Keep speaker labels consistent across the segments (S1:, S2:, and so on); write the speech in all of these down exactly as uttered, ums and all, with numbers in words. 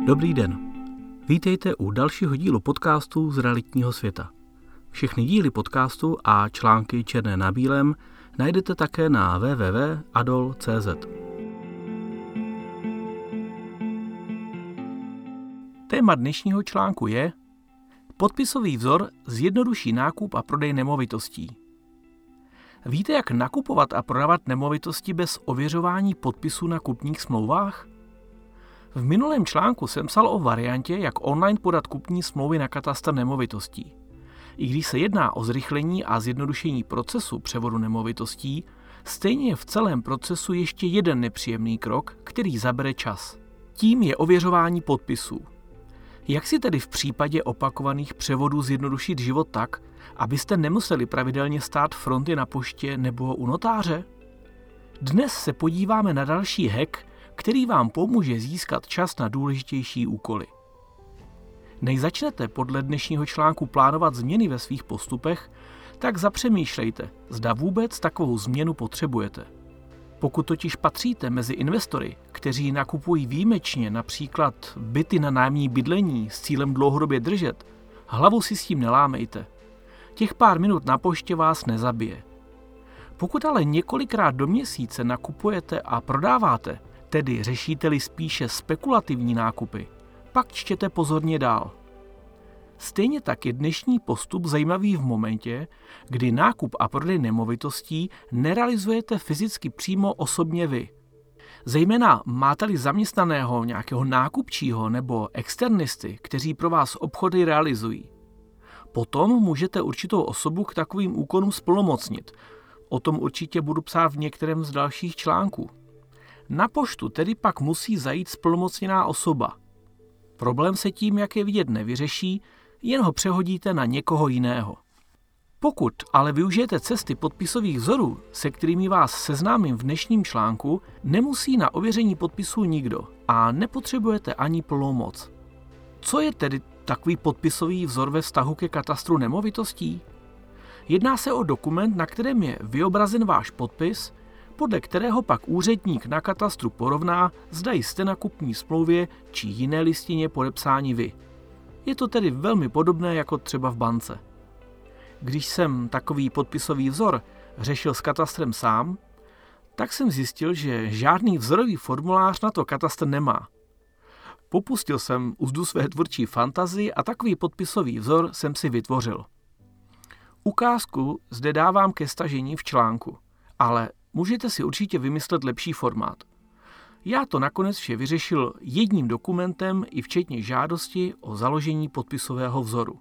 S1: Dobrý den. Vítejte u dalšího dílu podcastu z realitního světa. Všechny díly podcastu a články černé na bílém najdete také na w w w tečka adol tečka c z. Téma dnešního článku je podpisový vzor zjednoduší nákup a prodej nemovitostí. Víte, jak nakupovat a prodávat nemovitosti bez ověřování podpisů na kupních smlouvách? V minulém článku jsem psal o variantě, jak online podat kupní smlouvy na katastr nemovitostí. I když se jedná o zrychlení a zjednodušení procesu převodu nemovitostí, stejně je v celém procesu ještě jeden nepříjemný krok, který zabere čas. Tím je ověřování podpisů. Jak si tedy v případě opakovaných převodů zjednodušit život tak, abyste nemuseli pravidelně stát fronty na poště nebo u notáře? Dnes se podíváme na další hack, který vám pomůže získat čas na důležitější úkoly. Než začnete podle dnešního článku plánovat změny ve svých postupech, tak zapřemýšlejte, zda vůbec takovou změnu potřebujete. Pokud totiž patříte mezi investory, kteří nakupují výjimečně například byty na nájemní bydlení s cílem dlouhodobě držet, hlavu si s tím nelámejte. Těch pár minut na poště vás nezabije. Pokud ale několikrát do měsíce nakupujete a prodáváte, tedy řešíte-li spíše spekulativní nákupy, pak čtěte pozorně dál. Stejně tak je dnešní postup zajímavý v momentě, kdy nákup a prodej nemovitostí nerealizujete fyzicky přímo osobně vy. Zejména máte-li zaměstnaného nějakého nákupčího nebo externisty, kteří pro vás obchody realizují. Potom můžete určitou osobu k takovým úkonům splnomocnit. O tom určitě budu psát v některém z dalších článků. Na poštu tedy pak musí zajít splnomocněná osoba. Problém se tím, jak je vidět, nevyřeší, jen ho přehodíte na někoho jiného. Pokud ale využijete cesty podpisových vzorů, se kterými vás seznámím v dnešním článku, nemusí na ověření podpisů nikdo a nepotřebujete ani plnou moc. Co je tedy takový podpisový vzor ve vztahu ke katastru nemovitostí? Jedná se o dokument, na kterém je vyobrazen váš podpis, podle kterého pak úředník na katastru porovná, zda jste na kupní smlouvě či jiné listině podepsáni vy. Je to tedy velmi podobné jako třeba v bance. Když jsem takový podpisový vzor řešil s katastrem sám, tak jsem zjistil, že žádný vzorový formulář na to katastr nemá. Popustil jsem uzdu své tvůrčí fantazii a takový podpisový vzor jsem si vytvořil. Ukázku zde dávám ke stažení v článku, ale můžete si určitě vymyslet lepší formát. Já to nakonec vše vyřešil jedním dokumentem i včetně žádosti o založení podpisového vzoru.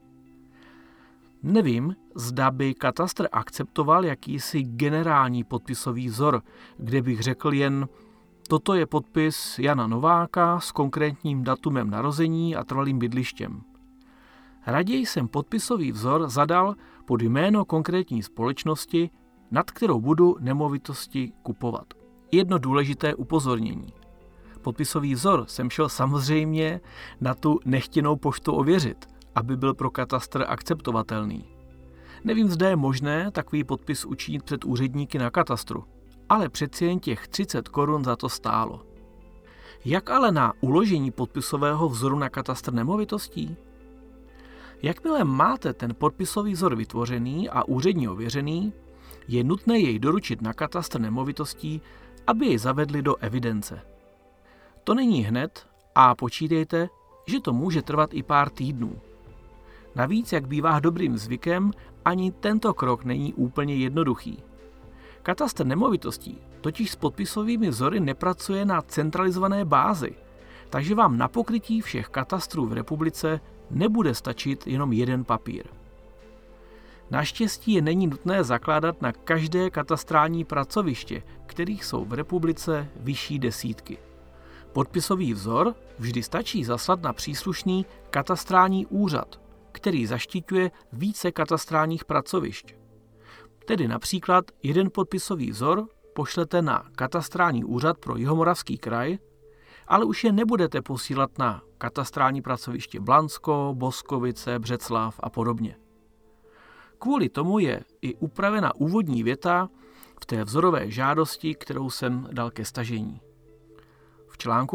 S1: Nevím, zda by katastr akceptoval jakýsi generální podpisový vzor, kde bych řekl jen toto je podpis Jana Nováka s konkrétním datumem narození a trvalým bydlištěm. Raději jsem podpisový vzor zadal pod jméno konkrétní společnosti, nad kterou budu nemovitosti kupovat. Jedno důležité upozornění. Podpisový vzor jsem šel samozřejmě na tu nechtěnou poštu ověřit, aby byl pro katastr akceptovatelný. Nevím, zda je možné takový podpis učinit před úředníky na katastru, ale přeci jen těch třicet korun za to stálo. Jak ale na uložení podpisového vzoru na katastr nemovitostí? Jakmile máte ten podpisový vzor vytvořený a úředně ověřený, je nutné jej doručit na katastr nemovitostí, aby jej zavedli do evidence. To není hned a počítejte, že to může trvat i pár týdnů. Navíc, jak bývá dobrým zvykem, ani tento krok není úplně jednoduchý. Katastr nemovitostí totiž s podpisovými vzory nepracuje na centralizované bázi, takže vám na pokrytí všech katastrů v republice nebude stačit jenom jeden papír. Naštěstí je není nutné zakládat na každé katastrální pracoviště, kterých jsou v republice vyšší desítky. Podpisový vzor vždy stačí zaslat na příslušný katastrální úřad, který zaštiťuje více katastrálních pracovišť. Tedy například jeden podpisový vzor pošlete na katastrální úřad pro Jihomoravský kraj, ale už je nebudete posílat na katastrální pracoviště Blansko, Boskovice, Břeclav a podobně. Kvůli tomu je i upravena úvodní věta v té vzorové žádosti, kterou jsem dal ke stažení. V článku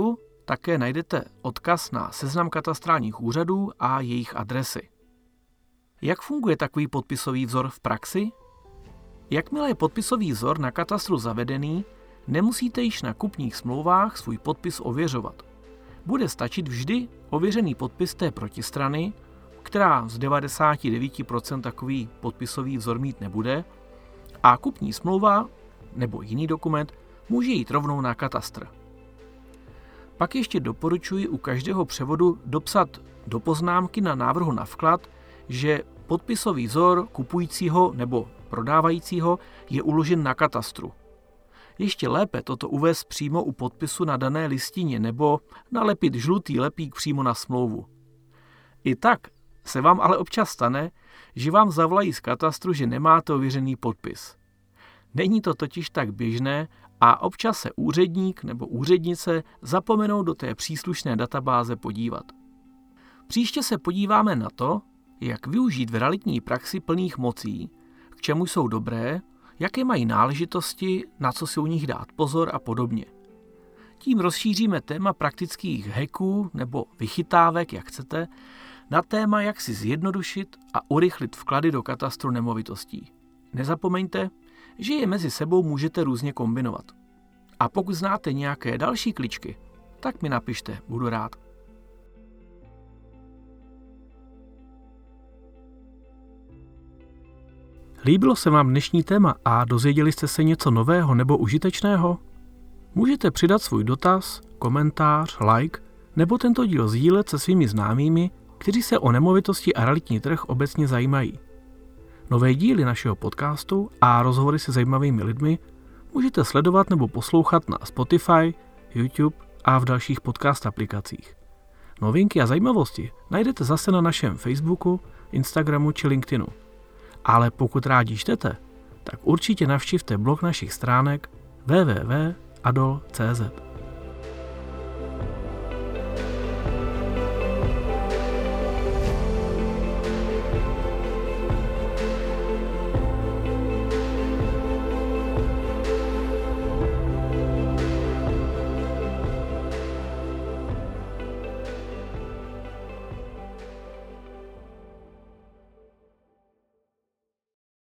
S1: také najdete odkaz na seznam katastrálních úřadů a jejich adresy. Jak funguje takový podpisový vzor v praxi? Jakmile je podpisový vzor na katastru zavedený, nemusíte již na kupních smlouvách svůj podpis ověřovat. Bude stačit vždy ověřený podpis té protistrany, která z devadesát devět procent takový podpisový vzor mít nebude, a kupní smlouva nebo jiný dokument může jít rovnou na katastr. Pak ještě doporučuji u každého převodu dopsat do poznámky na návrhu na vklad, že podpisový vzor kupujícího nebo prodávajícího je uložen na katastru. Ještě lépe toto uvést přímo u podpisu na dané listině nebo nalepit žlutý lepík přímo na smlouvu. I tak se vám ale občas stane, že vám zavolají z katastru, že nemáte ověřený podpis. Není to totiž tak běžné a občas se úředník nebo úřednice zapomenou do té příslušné databáze podívat. Příště se podíváme na to, jak využít v realitní praxi plných mocí, k čemu jsou dobré, jaké mají náležitosti, na co si u nich dát pozor a podobně. Tím rozšíříme téma praktických hacků nebo vychytávek, jak chcete, na téma, jak si zjednodušit a urychlit vklady do katastru nemovitostí. Nezapomeňte, že je mezi sebou můžete různě kombinovat. A pokud znáte nějaké další kličky, tak mi napište, budu rád. Líbilo se vám dnešní téma a dozvěděli jste se něco nového nebo užitečného? Můžete přidat svůj dotaz, komentář, like nebo tento díl sdílet se svými známými, kteří se o nemovitosti a realitní trh obecně zajímají. Nové díly našeho podcastu a rozhovory se zajímavými lidmi můžete sledovat nebo poslouchat na Spotify, YouTube a v dalších podcast aplikacích. Novinky a zajímavosti najdete zase na našem Facebooku, Instagramu či LinkedInu. Ale pokud rádi čtete, tak určitě navštivte blog našich stránek w w w tečka adol tečka c z.